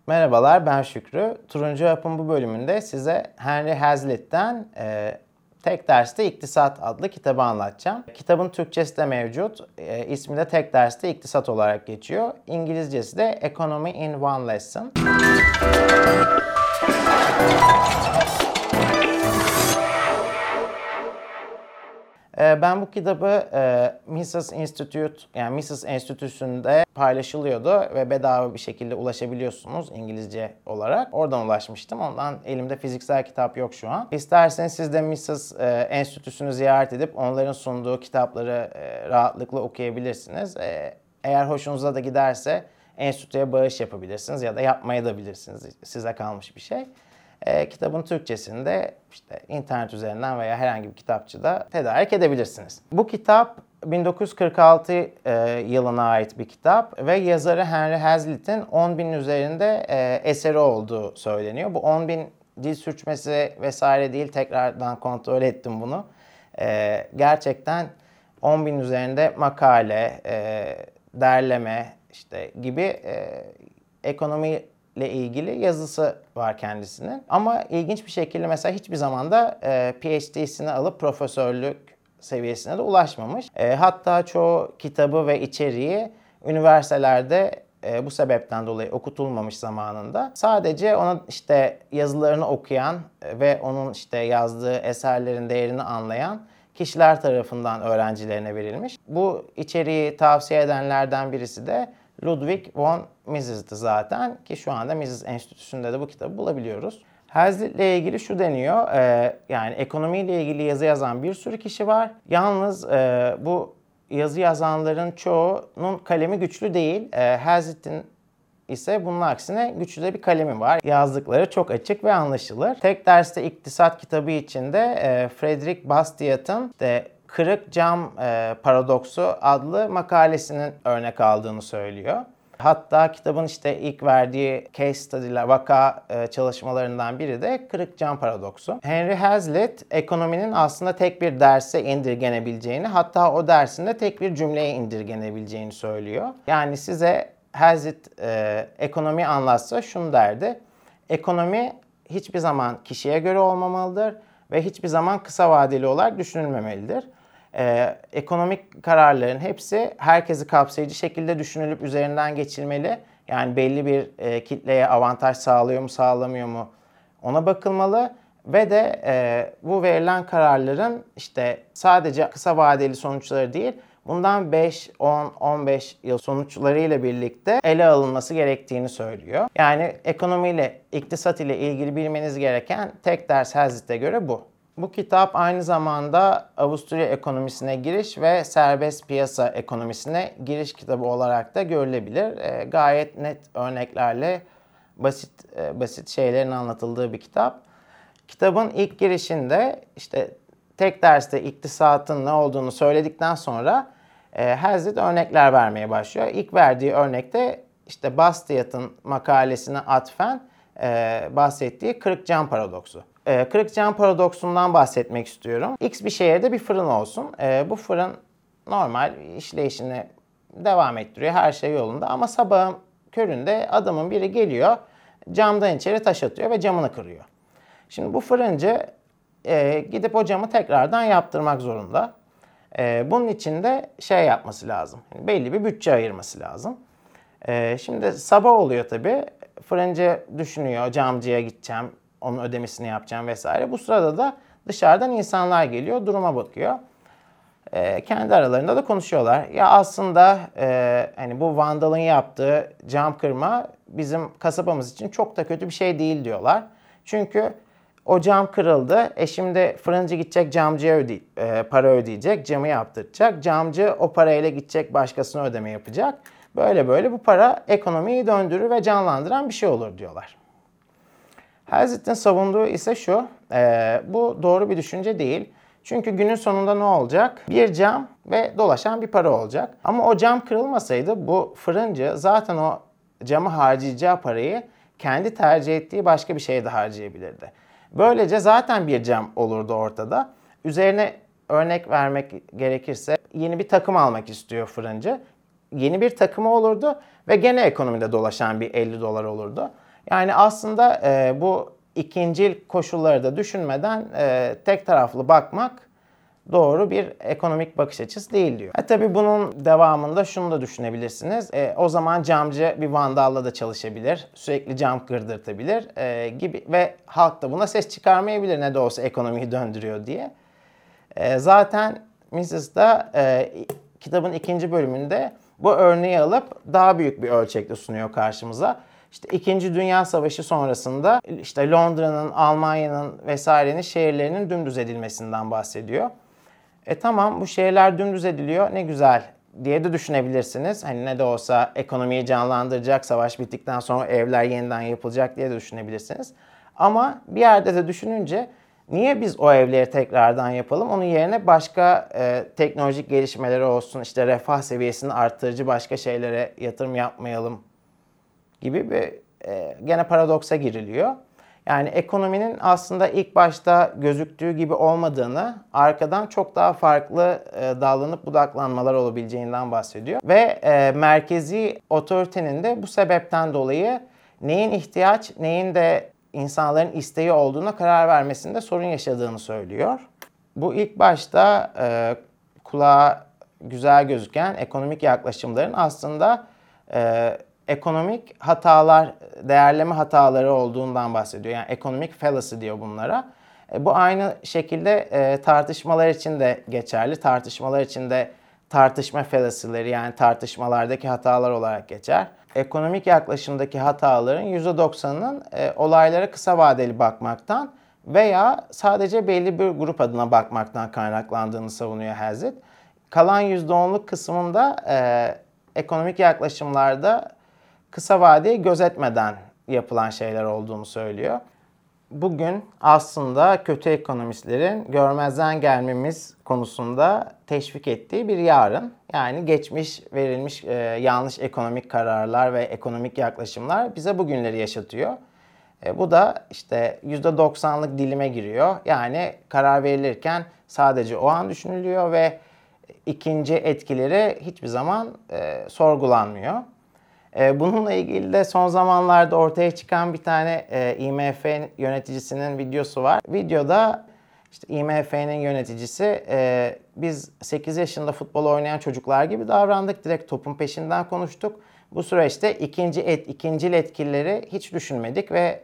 Merhabalar, ben Şükrü. Turuncu Hap'ın bu bölümünde size Henry Hazlitt'ten Tek Derste İktisat adlı kitabı anlatacağım. Kitabın Türkçesi de mevcut. İsmi de Tek Derste İktisat olarak geçiyor. İngilizcesi de Economy in One Lesson. Ben bu kitabı Mises Institute, yani Mises Enstitüsü'nde paylaşılıyordu ve bedava bir şekilde ulaşabiliyorsunuz İngilizce olarak. Oradan ulaşmıştım. Ondan elimde fiziksel kitap yok şu an. İsterseniz siz de Mises Enstitüsü'nü ziyaret edip onların sunduğu kitapları rahatlıkla okuyabilirsiniz. Eğer hoşunuza da giderse enstitüye bağış yapabilirsiniz ya da yapmaya da bilirsiniz. Size kalmış bir şey. Kitabın Türkçesini de işte internet üzerinden veya herhangi bir kitapçıda tedarik edebilirsiniz. Bu kitap 1946 yılına ait bir kitap ve yazarı Henry Hazlitt'in 10.000'in üzerinde eseri olduğu söyleniyor. Bu 10.000 dil sürçmesi vesaire değil, tekrardan kontrol ettim bunu. Gerçekten 10.000'in üzerinde makale, derleme işte gibi ekonomi ile ilgili yazısı var kendisinin. Ama ilginç bir şekilde mesela hiçbir zaman da PhD'sini alıp profesörlük seviyesine de ulaşmamış. Hatta çoğu kitabı ve içeriği üniversitelerde bu sebepten dolayı okutulmamış zamanında. Sadece onun işte yazılarını okuyan ve onun işte yazdığı eserlerin değerini anlayan kişiler tarafından öğrencilerine verilmiş. Bu içeriği tavsiye edenlerden birisi de Ludwig von Mises'ti zaten, ki şu anda Mises Enstitüsü'nde de bu kitabı bulabiliyoruz. Hazlitt'le ilgili şu deniyor, yani ekonomiyle ilgili yazı yazan bir sürü kişi var. Yalnız bu yazı yazanların çoğunun kalemi güçlü değil. Hazlitt'in ise bunun aksine güçlü de bir kalemi var. Yazdıkları çok açık ve anlaşılır. Tek Derste İktisat kitabı içinde Frederick Bastiat'ın Kırık Cam Paradoksu adlı makalesinin örnek aldığını söylüyor. Hatta kitabın işte ilk verdiği case study'ler, vaka çalışmalarından biri de Kırık Cam Paradoksu. Henry Hazlitt, ekonominin aslında tek bir derse indirgenebileceğini, hatta o dersinde tek bir cümleye indirgenebileceğini söylüyor. Yani size Hazlitt ekonomi anlatsa şunu derdi: ekonomi hiçbir zaman kişiye göre olmamalıdır ve hiçbir zaman kısa vadeli olarak düşünülmemelidir. Ekonomik kararların hepsi herkesi kapsayıcı şekilde düşünülüp üzerinden geçilmeli. Yani belli bir kitleye avantaj sağlıyor mu, sağlamıyor mu ona bakılmalı. Ve de bu verilen kararların işte sadece kısa vadeli sonuçları değil, bundan 5, 10, 15 yıl sonuçlarıyla birlikte ele alınması gerektiğini söylüyor. Yani ekonomiyle, iktisat ile ilgili bilmeniz gereken tek ders Hazlitt'e göre bu. Bu kitap aynı zamanda Avusturya ekonomisine giriş ve serbest piyasa ekonomisine giriş kitabı olarak da görülebilir. Gayet net örneklerle basit şeylerin anlatıldığı bir kitap. Kitabın ilk girişinde işte tek derste iktisatın ne olduğunu söyledikten sonra Hazlitt örnekler vermeye başlıyor. İlk verdiği örnekte işte Bastiat'ın makalesine atfen bahsettiği Kırık Cam Paradoksu. Kırık Cam Paradoksundan bahsetmek istiyorum. X bir şehirde bir fırın olsun. Bu fırın normal işleyişini devam ettiriyor. Her şey yolunda ama sabahın köründe adamın biri geliyor, camdan içeri taş atıyor ve camını kırıyor. Şimdi bu fırıncı gidip o camı tekrardan yaptırmak zorunda. Bunun için de şey yapması lazım. Yani belli bir bütçe ayırması lazım. Şimdi sabah oluyor tabii. Fırıncı düşünüyor, camcıya gideceğim, onun ödemesini yapacağım vesaire. Bu sırada da dışarıdan insanlar geliyor, duruma bakıyor. Kendi aralarında da konuşuyorlar. Ya aslında hani bu vandalın yaptığı cam kırma bizim kasabamız için çok da kötü bir şey değil diyorlar. Çünkü o cam kırıldı. Şimdi fırıncı gidecek camcıya para ödeyecek, camı yaptıracak. Camcı o parayla gidecek başkasına ödeme yapacak. Böyle böyle bu para ekonomiyi döndürür ve canlandıran bir şey olur diyorlar. Hazlitt'in savunduğu ise şu: bu doğru bir düşünce değil. Çünkü günün sonunda ne olacak? Bir cam ve dolaşan bir para olacak. Ama o cam kırılmasaydı bu fırıncı zaten o camı harcayacağı parayı kendi tercih ettiği başka bir şeye de harcayabilirdi. Böylece zaten bir cam olurdu ortada. Üzerine örnek vermek gerekirse yeni bir takım almak istiyor fırıncı. Yeni bir takımı olurdu ve gene ekonomide dolaşan bir $50 olurdu. Yani aslında bu ikincil koşulları da düşünmeden tek taraflı bakmak doğru bir ekonomik bakış açısı değil diyor. Tabii bunun devamında şunu da düşünebilirsiniz. O zaman camcı bir vandalla da çalışabilir. Sürekli cam kırdırtabilir gibi ve halk da buna ses çıkarmayabilir ne de olsa ekonomiyi döndürüyor diye. Zaten Mises da kitabın ikinci bölümünde bu örneği alıp daha büyük bir ölçekte sunuyor karşımıza. İşte 2. Dünya Savaşı sonrasında işte Londra'nın, Almanya'nın vesairenin şehirlerinin dümdüz edilmesinden bahsediyor. Tamam bu şehirler dümdüz ediliyor ne güzel diye de düşünebilirsiniz. Hani ne de olsa ekonomiyi canlandıracak, savaş bittikten sonra evler yeniden yapılacak diye de düşünebilirsiniz. Ama bir yerde de düşününce niye biz o evleri tekrardan yapalım? Onun yerine başka teknolojik gelişmeleri olsun, işte refah seviyesini arttırıcı başka şeylere yatırım yapmayalım gibi bir gene paradoksa giriliyor. Yani ekonominin aslında ilk başta gözüktüğü gibi olmadığını, arkadan çok daha farklı dallanıp budaklanmalar olabileceğinden bahsediyor. Ve merkezi otoritenin de bu sebepten dolayı neyin ihtiyaç, neyin de insanların isteği olduğuna karar vermesinde sorun yaşadığını söylüyor. Bu ilk başta kulağa güzel gözüken ekonomik yaklaşımların aslında ekonomik hatalar, değerleme hataları olduğundan bahsediyor. Yani economic fallacy diyor bunlara. Bu aynı şekilde tartışmalar için de geçerli. Tartışmalar için de tartışma fallacy'leri yani tartışmalardaki hatalar olarak geçer. Ekonomik yaklaşımdaki hataların %90'ının olaylara kısa vadeli bakmaktan veya sadece belli bir grup adına bakmaktan kaynaklandığını savunuyor Hazlitt. Kalan %10'luk kısmında ekonomik yaklaşımlarda kısa vadeyi gözetmeden yapılan şeyler olduğunu söylüyor. Bugün aslında kötü ekonomistlerin görmezden gelmemiz konusunda teşvik ettiği bir yarın. Yani geçmiş verilmiş yanlış ekonomik kararlar ve ekonomik yaklaşımlar bize bugünleri yaşatıyor. Bu da işte %90'lık dilime giriyor. Yani karar verilirken sadece o an düşünülüyor ve ikinci etkileri hiçbir zaman sorgulanmıyor. Bununla ilgili de son zamanlarda ortaya çıkan bir tane IMF yöneticisinin videosu var. Videoda işte IMF'nin yöneticisi biz 8 yaşında futbol oynayan çocuklar gibi davrandık. Direkt topun peşinden konuştuk. Bu süreçte ikincil etkileri hiç düşünmedik ve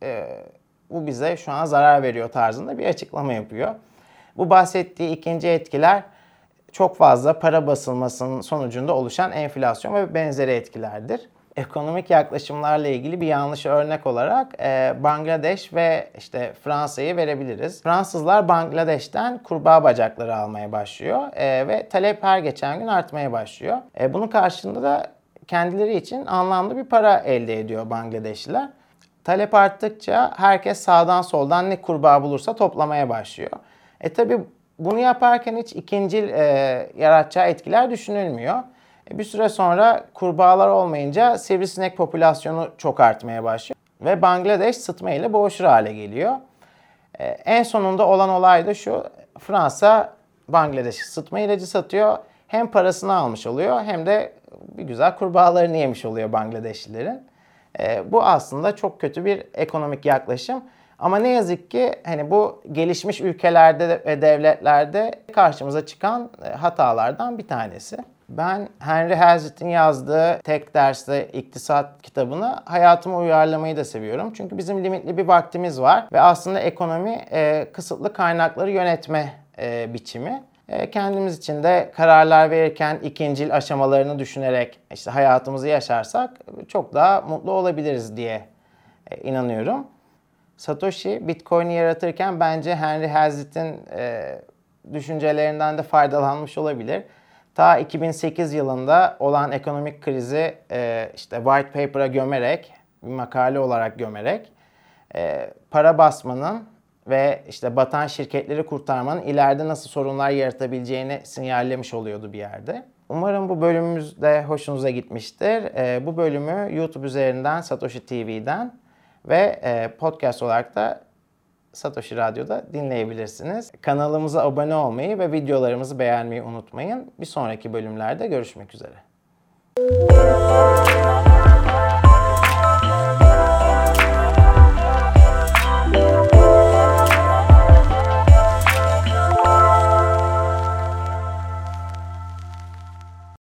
bu bize şu an zarar veriyor tarzında bir açıklama yapıyor. Bu bahsettiği ikinci etkiler çok fazla para basılmasının sonucunda oluşan enflasyon ve benzeri etkilerdir. Ekonomik yaklaşımlarla ilgili bir yanlış örnek olarak Bangladeş ve işte Fransa'yı verebiliriz. Fransızlar Bangladeş'ten kurbağa bacakları almaya başlıyor ve talep her geçen gün artmaya başlıyor. Bunun karşılığında da kendileri için anlamlı bir para elde ediyor Bangladeşliler. Talep arttıkça herkes sağdan soldan ne kurbağa bulursa toplamaya başlıyor. Tabii bunu yaparken hiç ikincil yaratacağı etkiler düşünülmüyor. Bir süre sonra kurbağalar olmayınca sivrisinek popülasyonu çok artmaya başlıyor. Ve Bangladeş sıtma ile boğuşur hale geliyor. En sonunda olan olay da şu. Fransa Bangladeş'e sıtma ilacı satıyor. Hem parasını almış oluyor hem de bir güzel kurbağalarını yemiş oluyor Bangladeşlilerin. Bu aslında çok kötü bir ekonomik yaklaşım. Ama ne yazık ki hani bu gelişmiş ülkelerde ve devletlerde karşımıza çıkan hatalardan bir tanesi. Ben Henry Hazlitt'in yazdığı Tek Dersli İktisat kitabını hayatıma uyarlamayı da seviyorum. Çünkü bizim limitli bir vaktimiz var ve aslında ekonomi kısıtlı kaynakları yönetme biçimi. Kendimiz için de kararlar verirken ikincil aşamalarını düşünerek işte hayatımızı yaşarsak çok daha mutlu olabiliriz diye inanıyorum. Satoshi Bitcoin'i yaratırken bence Henry Hazlitt'in düşüncelerinden de faydalanmış olabilir. Ta 2008 yılında olan ekonomik krizi işte white paper'a gömerek, bir makale olarak gömerek para basmanın ve işte batan şirketleri kurtarmanın ileride nasıl sorunlar yaratabileceğini sinyallemiş oluyordu bir yerde. Umarım bu bölümümüz de hoşunuza gitmiştir. Bu bölümü YouTube üzerinden Satoshi TV'den ve podcast olarak da Satoshi Radyo'da dinleyebilirsiniz. Kanalımıza abone olmayı ve videolarımızı beğenmeyi unutmayın. Bir sonraki bölümlerde görüşmek üzere.